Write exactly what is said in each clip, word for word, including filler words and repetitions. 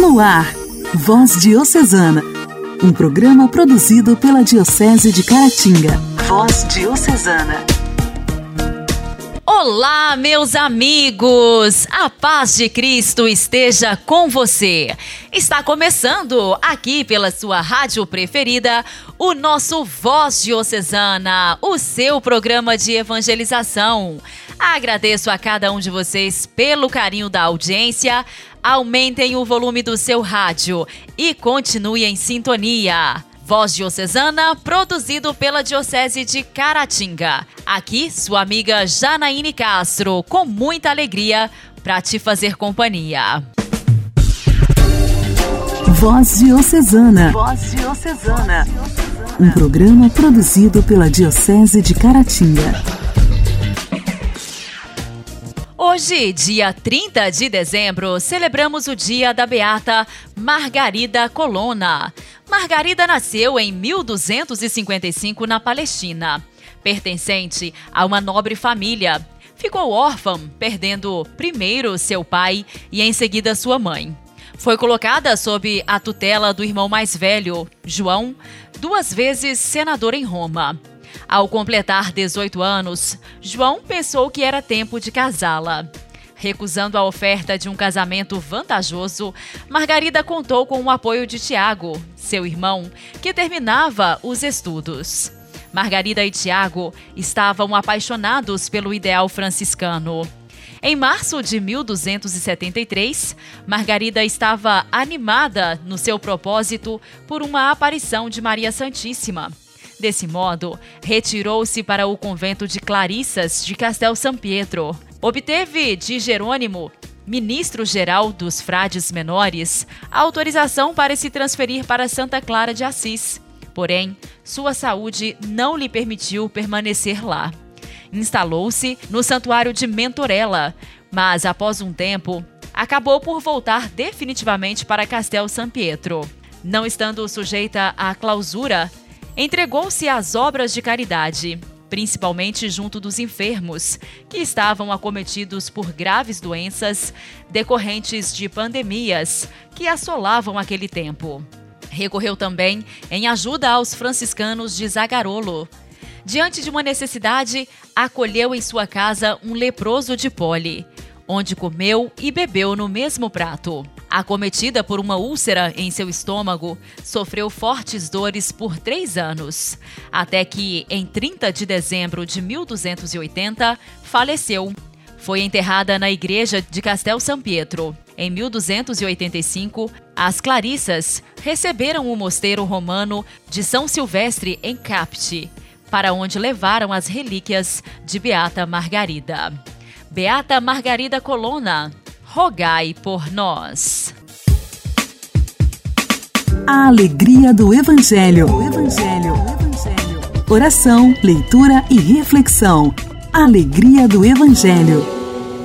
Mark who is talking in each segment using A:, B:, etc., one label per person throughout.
A: No ar, Voz Diocesana, um programa produzido pela Diocese de Caratinga. Voz Diocesana.
B: Olá, meus amigos! A paz de Cristo esteja com você. Está começando aqui pela sua rádio preferida o nosso Voz Diocesana, o seu programa de evangelização. Agradeço a cada um de vocês pelo carinho da audiência. Aumentem o volume do seu rádio e continue em sintonia. Voz Diocesana, produzido pela Diocese de Caratinga. Aqui, sua amiga Janaíne Castro, com muita alegria para te fazer companhia.
A: Voz Diocesana.
B: Voz Diocesana.
A: Um programa produzido pela Diocese de Caratinga.
B: Hoje, dia trinta de dezembro, celebramos o dia da beata Margarida Colonna. Margarida nasceu em mil duzentos e cinquenta e cinco na Palestina, pertencente a uma nobre família. Ficou órfã, perdendo primeiro seu pai e em seguida sua mãe. Foi colocada sob a tutela do irmão mais velho, João, duas vezes senador em Roma. Ao completar dezoito anos, João pensou que era tempo de casá-la. Recusando a oferta de um casamento vantajoso, Margarida contou com o apoio de Tiago, seu irmão, que terminava os estudos. Margarida e Tiago estavam apaixonados pelo ideal franciscano. Em março de mil duzentos e setenta e três, Margarida estava animada no seu propósito por uma aparição de Maria Santíssima. Desse modo, retirou-se para o convento de Clarissas de Castel San Pietro. Obteve de Jerônimo, ministro-geral dos frades menores, a autorização para se transferir para Santa Clara de Assis. Porém, sua saúde não lhe permitiu permanecer lá. Instalou-se no santuário de Mentorella, mas após um tempo, acabou por voltar definitivamente para Castel San Pietro. Não estando sujeita à clausura, entregou-se às obras de caridade, principalmente junto dos enfermos, que estavam acometidos por graves doenças decorrentes de pandemias que assolavam aquele tempo. Recorreu também em ajuda aos franciscanos de Zagarolo. Diante de uma necessidade, acolheu em sua casa um leproso de Poli, onde comeu e bebeu no mesmo prato. Acometida por uma úlcera em seu estômago, sofreu fortes dores por três anos, até que, em trinta de dezembro de mil duzentos e oitenta, faleceu. Foi enterrada na igreja de Castel San Pietro. Em mil duzentos e oitenta e cinco, as Clarissas receberam o mosteiro romano de São Silvestre em Capti, para onde levaram as relíquias de Beata Margarida. Beata Margarida Colonna, rogai por nós.
A: A alegria do Evangelho. O Evangelho. O Evangelho. Oração, leitura e reflexão. Alegria do Evangelho.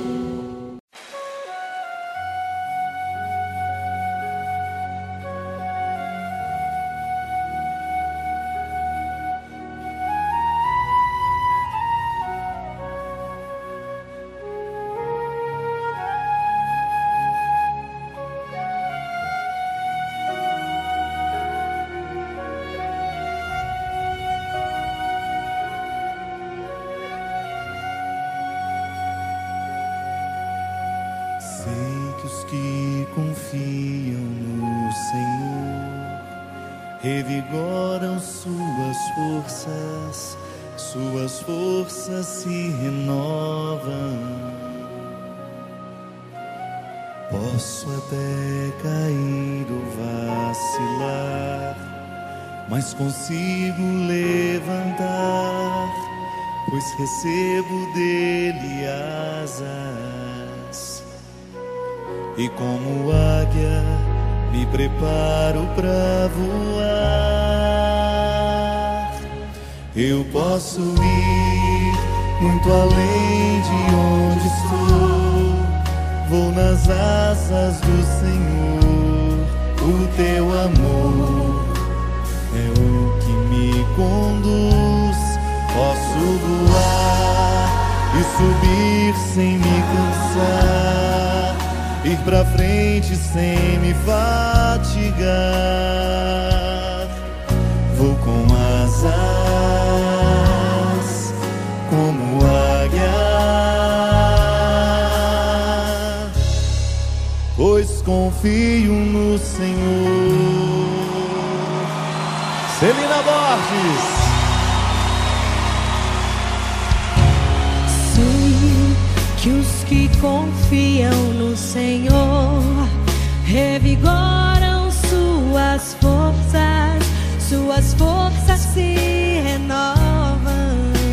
C: Que confiam no Senhor revigoram suas forças, suas forças se renovam. Posso até cair ou vacilar, mas consigo levantar, pois recebo dele asas. E como águia me preparo pra voar. Eu posso ir muito além de onde estou. Vou nas asas do Senhor. O teu amor é o que me conduz. Posso voar e subir sem me cansar, ir pra frente sem me fatigar. Vou com asas como águia, pois confio no Senhor. Celina Borges.
D: Que os que confiam no Senhor revigoram suas forças, suas forças se renovam.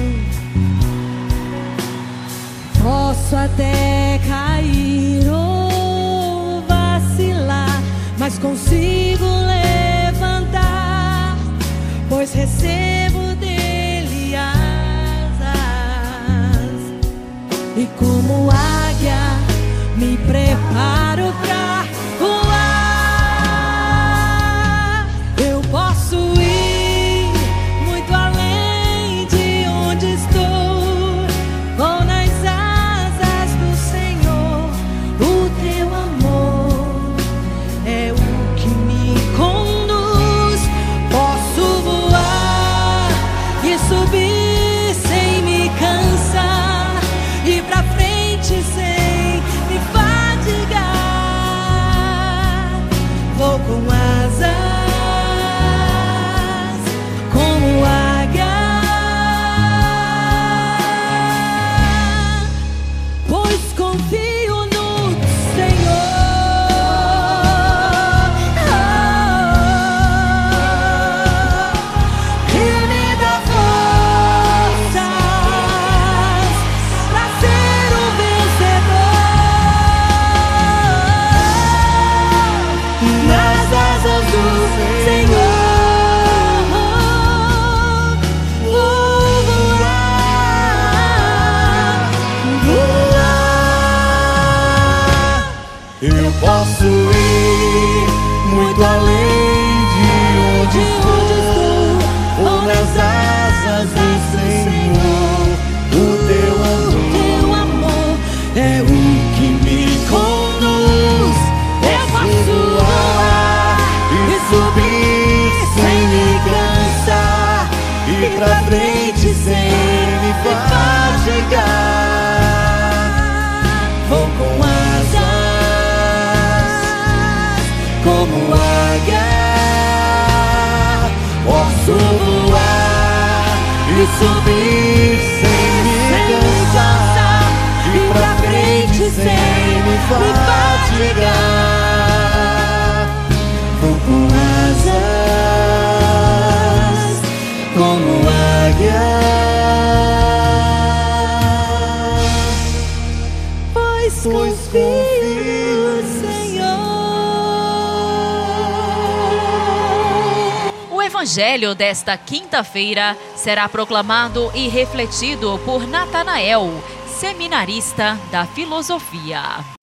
D: Posso até cair ou vacilar, mas consigo levantar, pois recebo dele asas. E como águia me preparo pra voar. Eu posso ir muito além de onde estou. Vou nas asas do Senhor. O teu amor é o que me conduz. Posso voar e subir sem me cansar, e pra frente sem me fatigar. Vou com asas como águia, pois confio no Senhor. Oh, Ele me dá forças pra ser um vencedor. Nas asas do Senhor vou voar, voar.
C: Eu posso ir muito além de onde estou. Vou nas asas do Senhor. O teu amor é o que me conduz. Eu posso voar e subir sem me cansar, e pra frente sem me fatigar. Vou com asas como águia. Posso voar e subir sem me cansar, e pra frente sem me fatigar. Vou com asas como águia,
D: Pois confio no Senhor.
B: O evangelho desta quinta-feira será proclamado e refletido por Natanael, seminarista da filosofia.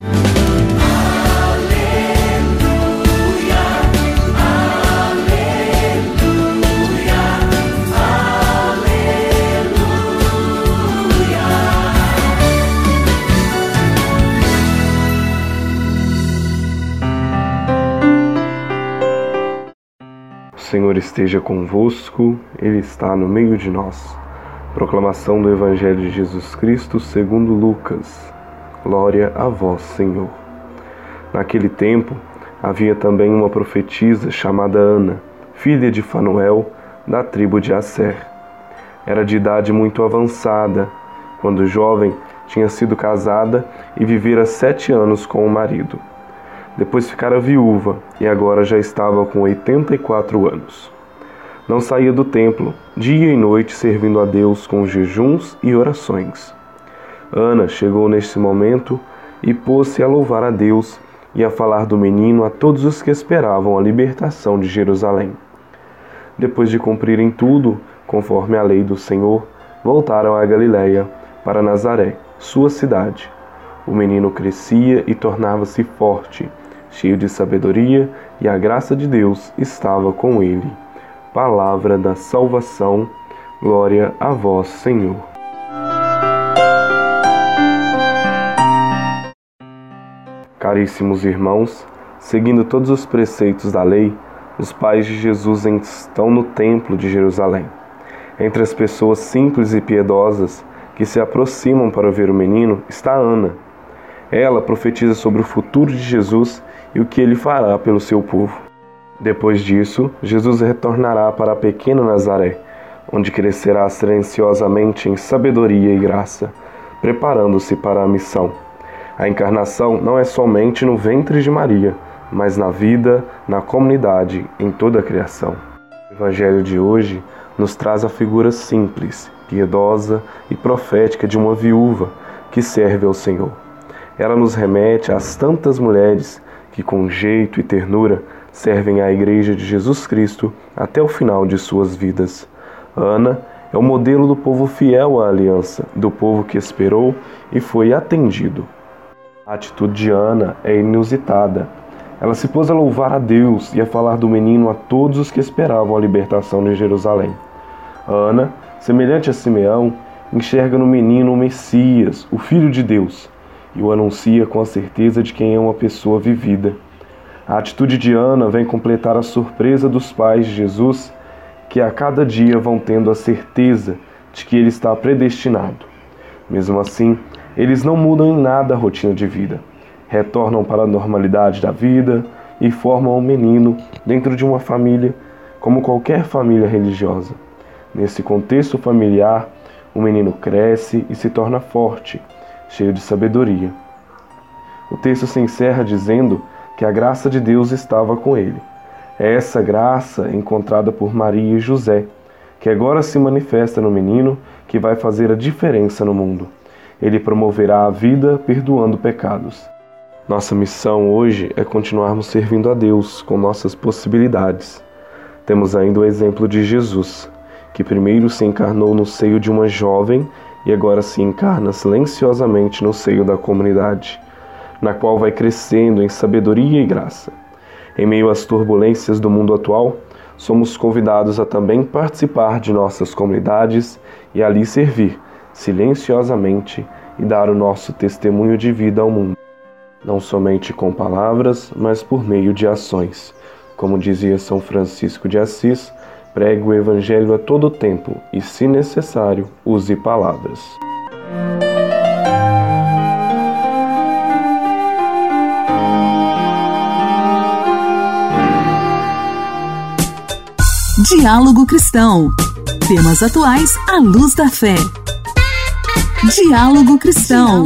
E: O Senhor esteja convosco, Ele está no meio de nós. Proclamação do Evangelho de Jesus Cristo segundo Lucas. Glória a vós, Senhor. Naquele tempo, havia também uma profetisa chamada Ana, filha de Fanuel, da tribo de Asser. Era de idade muito avançada, quando jovem tinha sido casada e vivera sete anos com o marido. Depois ficara viúva e agora já estava com oitenta e quatro anos. Não saía do templo, dia e noite, servindo a Deus com jejuns e orações. Ana chegou neste momento e pôs-se a louvar a Deus e a falar do menino a todos os que esperavam a libertação de Jerusalém. Depois de cumprirem tudo, conforme a lei do Senhor, voltaram a Galiléia, para Nazaré, sua cidade. O menino crescia e tornava-se forte, cheio de sabedoria, e a graça de Deus estava com ele. Palavra da salvação, glória a vós, Senhor. Caríssimos irmãos, seguindo todos os preceitos da lei, os pais de Jesus estão no templo de Jerusalém. Entre as pessoas simples e piedosas que se aproximam para ver o menino está Ana. Ela profetiza sobre o futuro de Jesus e o que ele fará pelo seu povo. Depois disso, Jesus retornará para a pequena Nazaré, onde crescerá silenciosamente em sabedoria e graça, preparando-se para a missão. A encarnação não é somente no ventre de Maria, mas na vida, na comunidade, em toda a criação. O Evangelho de hoje nos traz a figura simples, piedosa e profética de uma viúva que serve ao Senhor. Ela nos remete às tantas mulheres que, com jeito e ternura, servem à Igreja de Jesus Cristo até o final de suas vidas. Ana é o modelo do povo fiel à aliança, do povo que esperou e foi atendido. A atitude de Ana é inusitada. Ela se pôs a louvar a Deus e a falar do menino a todos os que esperavam a libertação de Jerusalém. Ana, semelhante a Simeão, enxerga no menino o Messias, o Filho de Deus, e o anuncia com a certeza de quem é uma pessoa vivida. A atitude de Ana vem completar a surpresa dos pais de Jesus, que a cada dia vão tendo a certeza de que ele está predestinado. Mesmo assim, eles não mudam em nada a rotina de vida. Retornam para a normalidade da vida e formam um menino dentro de uma família, como qualquer família religiosa. Nesse contexto familiar, o menino cresce e se torna forte, cheio de sabedoria. O texto se encerra dizendo que a graça de Deus estava com ele. É essa graça encontrada por Maria e José, que agora se manifesta no menino, que vai fazer a diferença no mundo. Ele promoverá a vida perdoando pecados. Nossa missão hoje é continuarmos servindo a Deus com nossas possibilidades. Temos ainda o exemplo de Jesus, que primeiro se encarnou no seio de uma jovem e agora se encarna silenciosamente no seio da comunidade, na qual vai crescendo em sabedoria e graça. Em meio às turbulências do mundo atual, somos convidados a também participar de nossas comunidades e ali servir, silenciosamente, e dar o nosso testemunho de vida ao mundo. Não somente com palavras, mas por meio de ações. Como dizia São Francisco de Assis, pregue o Evangelho a todo tempo e, se necessário, use palavras.
A: Diálogo Cristão. Temas atuais à luz da fé. Diálogo Cristão.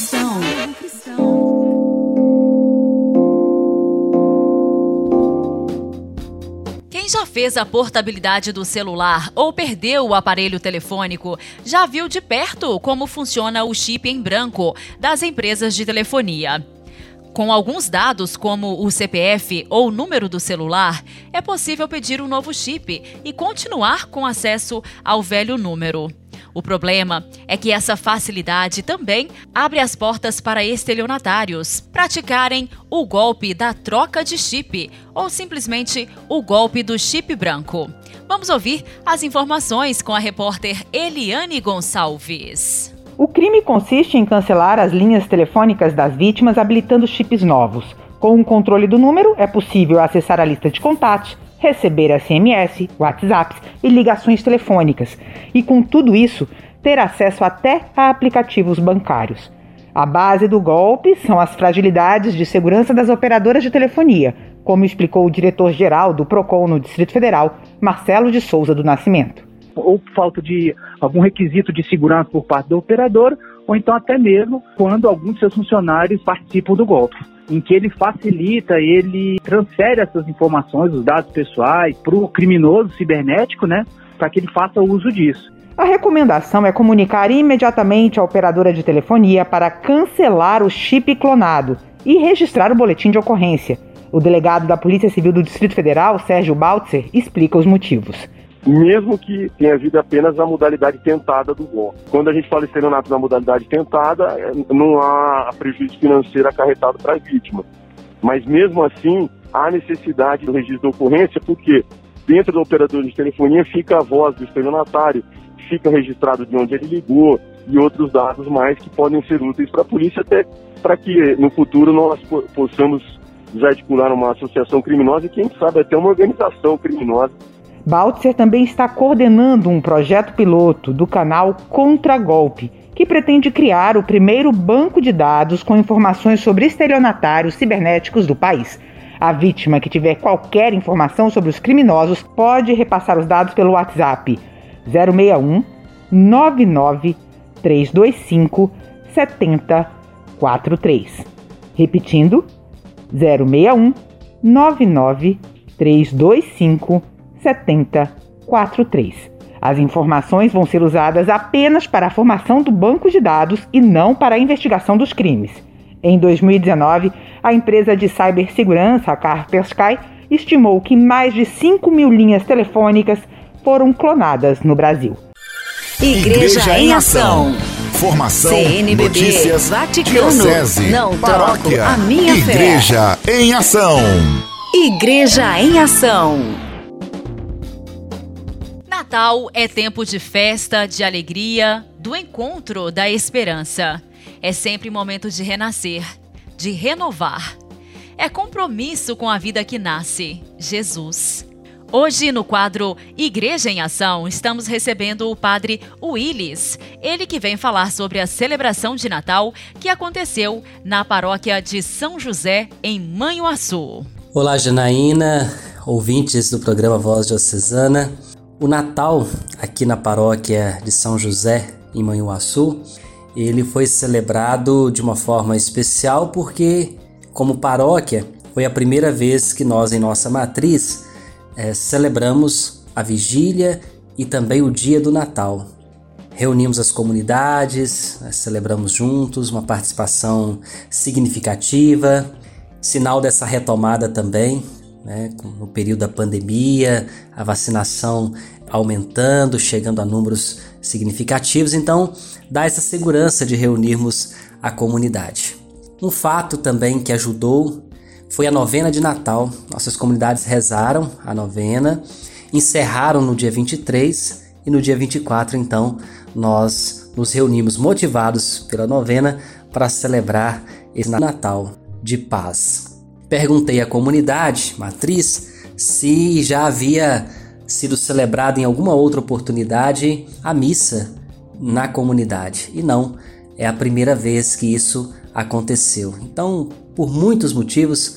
B: Quem já fez a portabilidade do celular ou perdeu o aparelho telefônico, já viu de perto como funciona o chip em branco das empresas de telefonia. Com alguns dados, como o C P F ou o número do celular, é possível pedir um novo chip e continuar com acesso ao velho número. O problema é que essa facilidade também abre as portas para estelionatários praticarem o golpe da troca de chip ou simplesmente o golpe do chip branco. Vamos ouvir as informações com a repórter Eliane Gonçalves.
F: O crime consiste em cancelar as linhas telefônicas das vítimas habilitando chips novos. Com o controle do número, é possível acessar a lista de contatos, receber S M S, WhatsApps e ligações telefônicas. E com tudo isso, ter acesso até a aplicativos bancários. A base do golpe são as fragilidades de segurança das operadoras de telefonia, como explicou o diretor-geral do Procon no Distrito Federal, Marcelo de Souza do Nascimento.
G: Ou falta de algum requisito de segurança por parte do operador, ou então até mesmo quando alguns de seus funcionários participam do golpe, em que ele facilita, ele transfere essas informações, os dados pessoais, para o criminoso cibernético, né, para que ele faça uso disso.
F: A recomendação é comunicar imediatamente à operadora de telefonia para cancelar o chip clonado e registrar o boletim de ocorrência. O delegado da Polícia Civil do Distrito Federal, Sérgio Baltzer, explica os motivos.
H: Mesmo que tenha havido apenas a modalidade tentada do golpe. Quando a gente fala estelionato na modalidade tentada, não há prejuízo financeiro acarretado para a vítima. Mas mesmo assim, há necessidade do registro da ocorrência, porque dentro do operador de telefonia fica a voz do estelionatário, fica registrado de onde ele ligou, e outros dados mais que podem ser úteis para a polícia, até para que no futuro nós po- possamos desarticular uma associação criminosa e quem sabe até uma organização criminosa.
F: Baltzer também está coordenando um projeto piloto do canal Contragolpe, que pretende criar o primeiro banco de dados com informações sobre estelionatários cibernéticos do país. A vítima que tiver qualquer informação sobre os criminosos pode repassar os dados pelo WhatsApp zero seis um nove nove três dois cinco sete zero quatro três. Repetindo, zero seis um nove nove três dois cinco sete zero quatro três. As informações vão ser usadas apenas para a formação do banco de dados e não para a investigação dos crimes. Em dois mil e dezenove, a empresa de cibersegurança, a Kaspersky, estimou que mais de cinco mil linhas telefônicas foram clonadas no Brasil.
A: Igreja, Igreja em Ação.
I: Formação,
A: C N B B,
I: notícias,
A: Vaticano,
I: diocese,
A: não
I: paróquia,
A: troco a minha
I: Igreja
A: fé.
I: em Ação.
A: Igreja em Ação.
B: Natal é tempo de festa, de alegria, do encontro, da esperança. É sempre momento de renascer, de renovar. É compromisso com a vida que nasce, Jesus. Hoje, no quadro Igreja em Ação, estamos recebendo o padre Willis, ele que vem falar sobre a celebração de Natal que aconteceu na paróquia de São José, em Manhuaçu.
J: Olá, Janaína, ouvintes do programa Voz Diocesana. O Natal, aqui na paróquia de São José, em Manhuaçu, ele foi celebrado de uma forma especial porque, como paróquia, foi a primeira vez que nós, em nossa matriz, É, celebramos a vigília e também o dia do Natal. Reunimos as comunidades, né, celebramos juntos, uma participação significativa, sinal dessa retomada também, né, no período da pandemia, a vacinação aumentando, chegando a números significativos, então dá essa segurança de reunirmos a comunidade. Um fato também que ajudou foi a novena de Natal. Nossas comunidades rezaram a novena, encerraram no dia vinte e três e no dia vinte e quatro, então, nós nos reunimos motivados pela novena para celebrar esse Natal de paz. Perguntei à comunidade matriz se já havia sido celebrado em alguma outra oportunidade a missa na comunidade. E não, é a primeira vez que isso aconteceu. Então, por muitos motivos,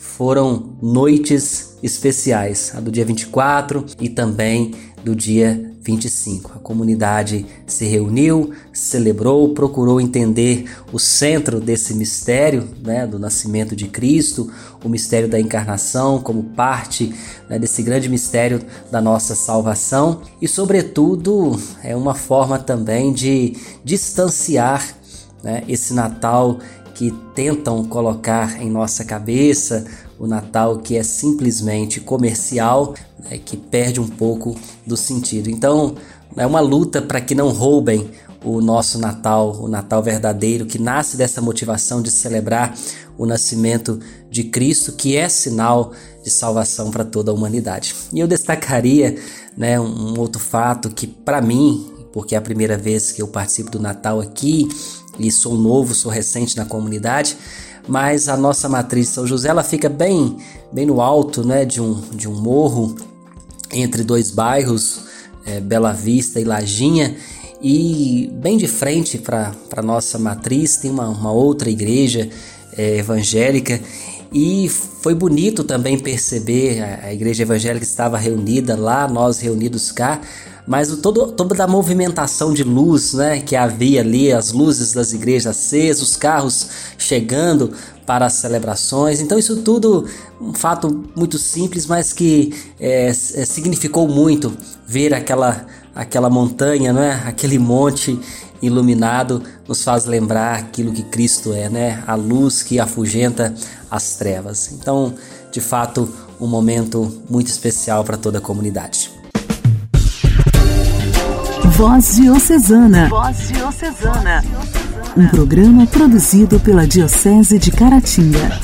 J: foram noites especiais, a do dia vinte e quatro e também do dia vinte e cinco. A comunidade se reuniu, celebrou, procurou entender o centro desse mistério, né, do nascimento de Cristo, o mistério da encarnação como parte, né, desse grande mistério da nossa salvação e, sobretudo, é uma forma também de distanciar, né, esse Natal que tentam colocar em nossa cabeça, o Natal que é simplesmente comercial, né, que perde um pouco do sentido. Então, é uma luta para que não roubem o nosso Natal, o Natal verdadeiro, que nasce dessa motivação de celebrar o nascimento de Cristo, que é sinal de salvação para toda a humanidade. E eu destacaria, né, um outro fato que, para mim, porque é a primeira vez que eu participo do Natal aqui, e sou novo, sou recente na comunidade, mas a nossa matriz São José, ela fica bem, bem no alto, né, de, um, de um morro, entre dois bairros, é, Bela Vista e Lajinha, e bem de frente para a nossa matriz tem uma, uma outra igreja é, evangélica, e foi bonito também perceber a, a igreja evangélica estava reunida lá, nós reunidos cá, mas o, todo, toda a movimentação de luz, né, que havia ali, as luzes das igrejas acesas, os carros chegando para as celebrações. Então isso tudo, um fato muito simples, mas que é, significou muito ver aquela, aquela montanha, né, aquele monte iluminado, nos faz lembrar aquilo que Cristo é, né, a luz que afugenta as trevas. Então, de fato, um momento muito especial para toda a comunidade.
A: Voz Diocesana. Voz Diocesana. Um programa produzido pela Diocese de Caratinga.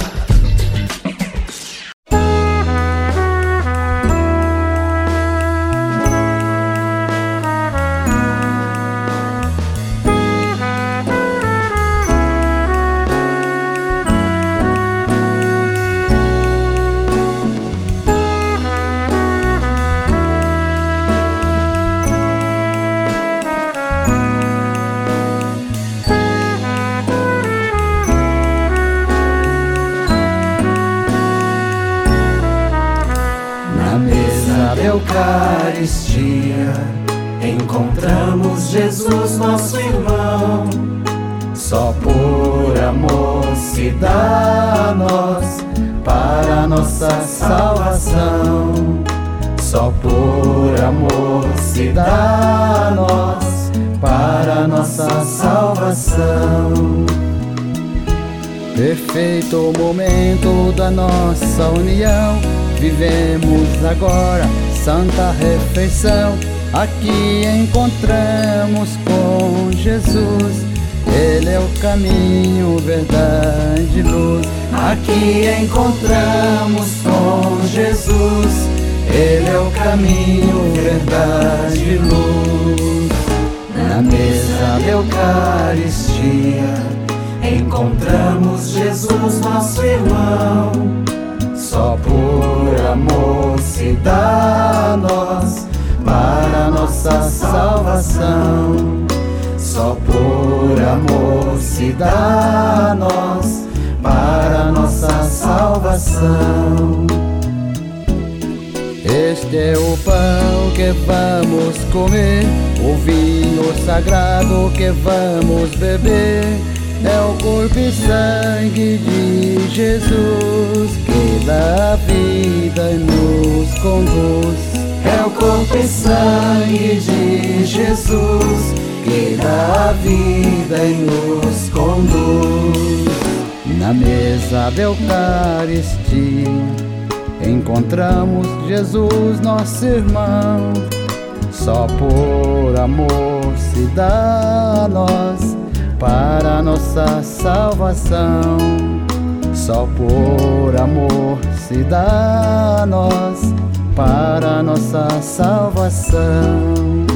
I: Eucaristia, encontramos Jesus, nosso irmão. Só por amor se dá a nós, para nossa salvação. Só por amor se dá a nós, para nossa salvação. Perfeito momento da nossa união, vivemos agora santa refeição. Aqui encontramos com Jesus, Ele é o caminho, verdade e luz. Aqui encontramos com Jesus, Ele é o caminho, verdade e luz. Na mesa da Eucaristia, encontramos Jesus, nosso irmão. Só por amor se dá a nós, para nossa salvação. Só por amor se dá a nós, para nossa salvação. Este é o pão que vamos comer, o vinho sagrado que vamos beber. É o corpo e sangue de Jesus, que dá vida e nos conduz. É o corpo e sangue de Jesus, que dá vida e nos conduz. Na mesa da Eucaristia, encontramos Jesus, nosso irmão. Só por amor se dá a nós, para nossa salvação. Só por amor se dá a nós, para nossa salvação.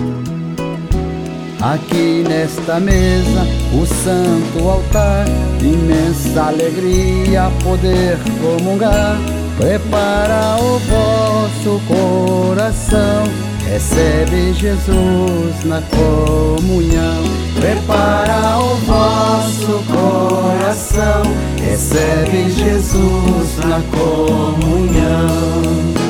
I: Aqui nesta mesa, o santo altar, imensa alegria poder comungar. Prepara o vosso coração, recebe Jesus na comunhão. Prepara o vosso coração, recebe Jesus na comunhão.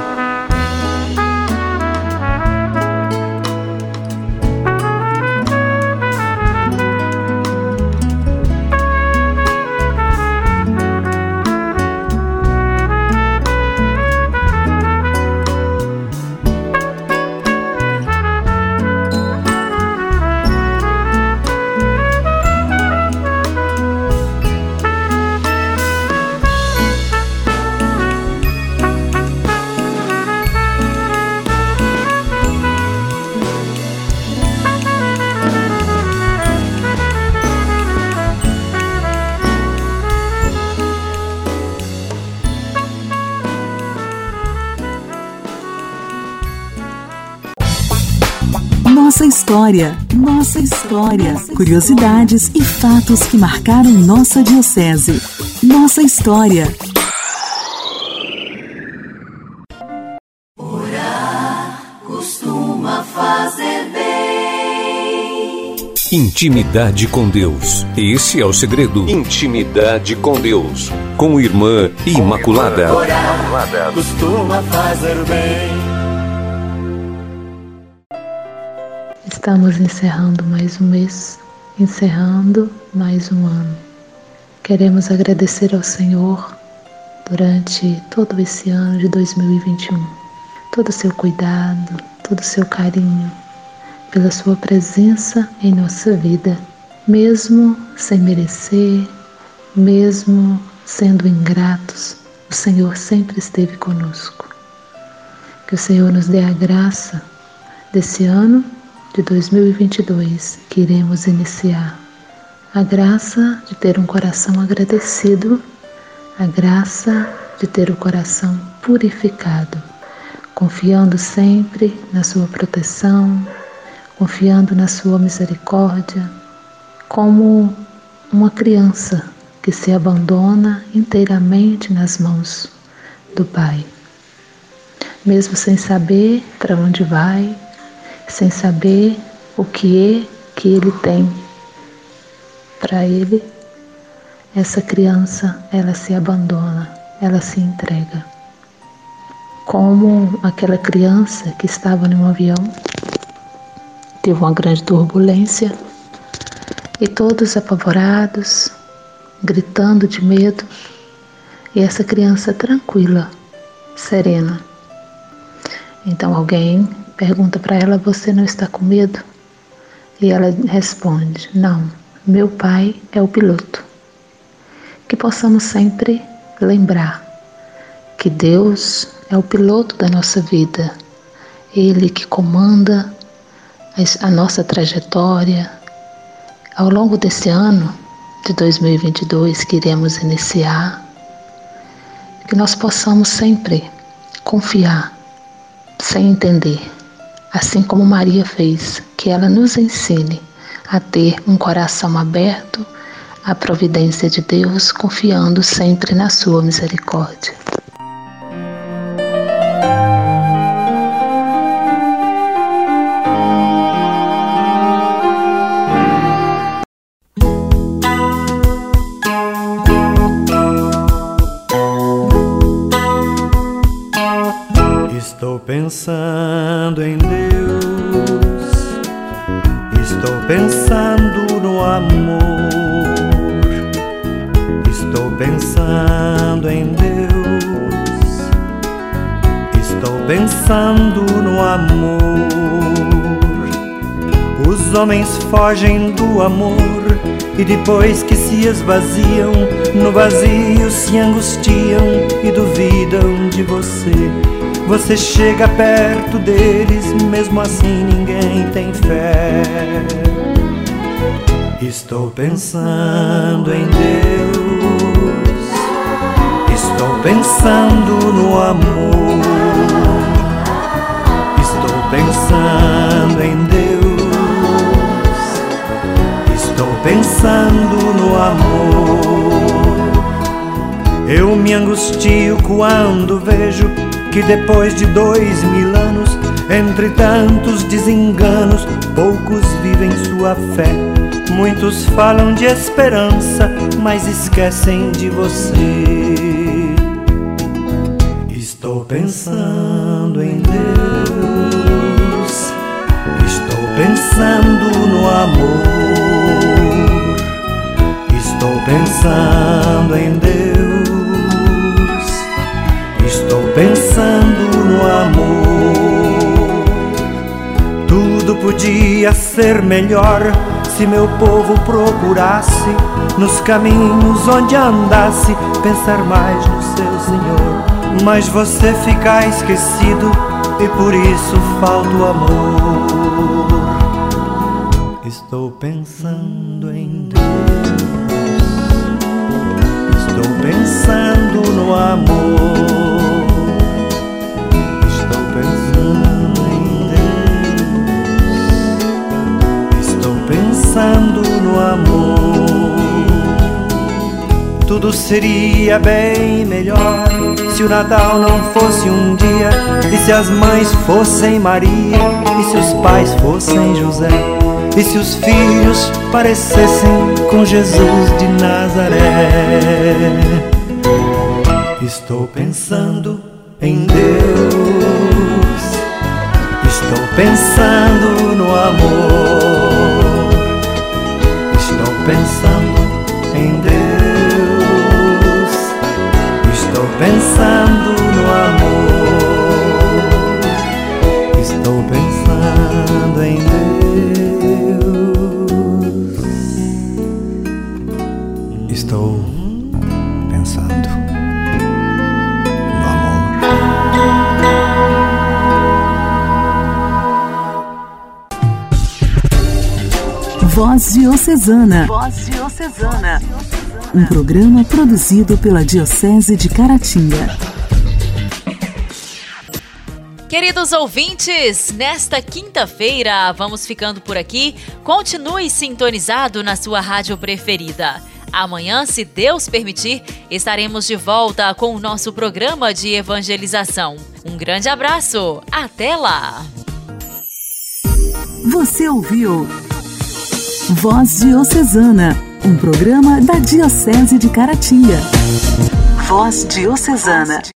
A: Nossa história, nossa história, curiosidades e fatos que marcaram nossa diocese. Nossa história.
D: Orar costuma fazer bem.
K: Intimidade com Deus. Esse é o segredo. Intimidade com Deus. Com Irmã Imaculada.
C: Orar costuma fazer bem.
L: Estamos encerrando mais um mês, encerrando mais um ano. Queremos agradecer ao Senhor durante todo esse ano de dois mil e vinte e um. Todo o seu cuidado, todo o seu carinho, pela sua presença em nossa vida. Mesmo sem merecer, mesmo sendo ingratos, o Senhor sempre esteve conosco. Que o Senhor nos dê a graça desse ano de dois mil e vinte e dois que iremos iniciar. A graça de ter um coração agradecido, a graça de ter o coração purificado, confiando sempre na sua proteção, confiando na sua misericórdia, como uma criança que se abandona inteiramente nas mãos do Pai. Mesmo sem saber para onde vai, sem saber o que é que Ele tem para Ele, essa criança, ela se abandona, ela se entrega. como aquela criança que estava num avião, teve uma grande turbulência e todos apavorados, gritando de medo, e essa criança tranquila, serena. Então alguém pergunta para ela: você não está com medo? E ela responde: não, meu pai é o piloto. Que possamos sempre lembrar que Deus é o piloto da nossa vida, Ele que comanda a nossa trajetória. Ao longo desse ano de dois mil e vinte e dois que iremos iniciar, que nós possamos sempre confiar, sem entender, assim como Maria fez, que ela nos ensine a ter um coração aberto à providência de Deus, confiando sempre na sua misericórdia.
C: Estou pensando em Deus, estou pensando no amor, estou pensando em Deus, estou pensando no amor. Os homens fogem do amor e depois que se esvaziam, no vazio se angustiam e duvidam de você. Você chega perto deles, mesmo assim ninguém tem fé. Estou pensando em Deus, estou pensando no amor, estou pensando em Deus, estou pensando no amor. Eu me angustio quando vejo que depois de dois mil anos, entre tantos desenganos, poucos vivem sua fé. Muitos falam de esperança, mas esquecem de você. Estou pensando em Deus, estou pensando no amor, estou pensando em Deus, estou pensando no amor. Tudo podia ser melhor se meu povo procurasse, nos caminhos onde andasse, pensar mais no seu Senhor. Mas você fica esquecido e por isso falta o amor. Estou pensando em Deus, estou pensando no amor, estou pensando em Deus, estou pensando no amor. Tudo seria bem melhor se o Natal não fosse um dia, e se as mães fossem Maria, e se os pais fossem José, e se os filhos parecessem com Jesus de Nazaré. Estou pensando em Deus, estou pensando no amor, estou pensando em Deus, estou pensando no amor, estou pensando em Deus. Estou pensando no amor.
A: Voz Diocesana. Voz Diocesana. Um programa produzido pela Diocese de Caratinga.
B: Queridos ouvintes, nesta quinta-feira vamos ficando por aqui. Continue sintonizado na sua rádio preferida. Amanhã, se Deus permitir, estaremos de volta com o nosso programa de evangelização. Um grande abraço, até lá!
A: Você ouviu Voz Diocesana, um programa da Diocese de Caratinga. Voz Diocesana.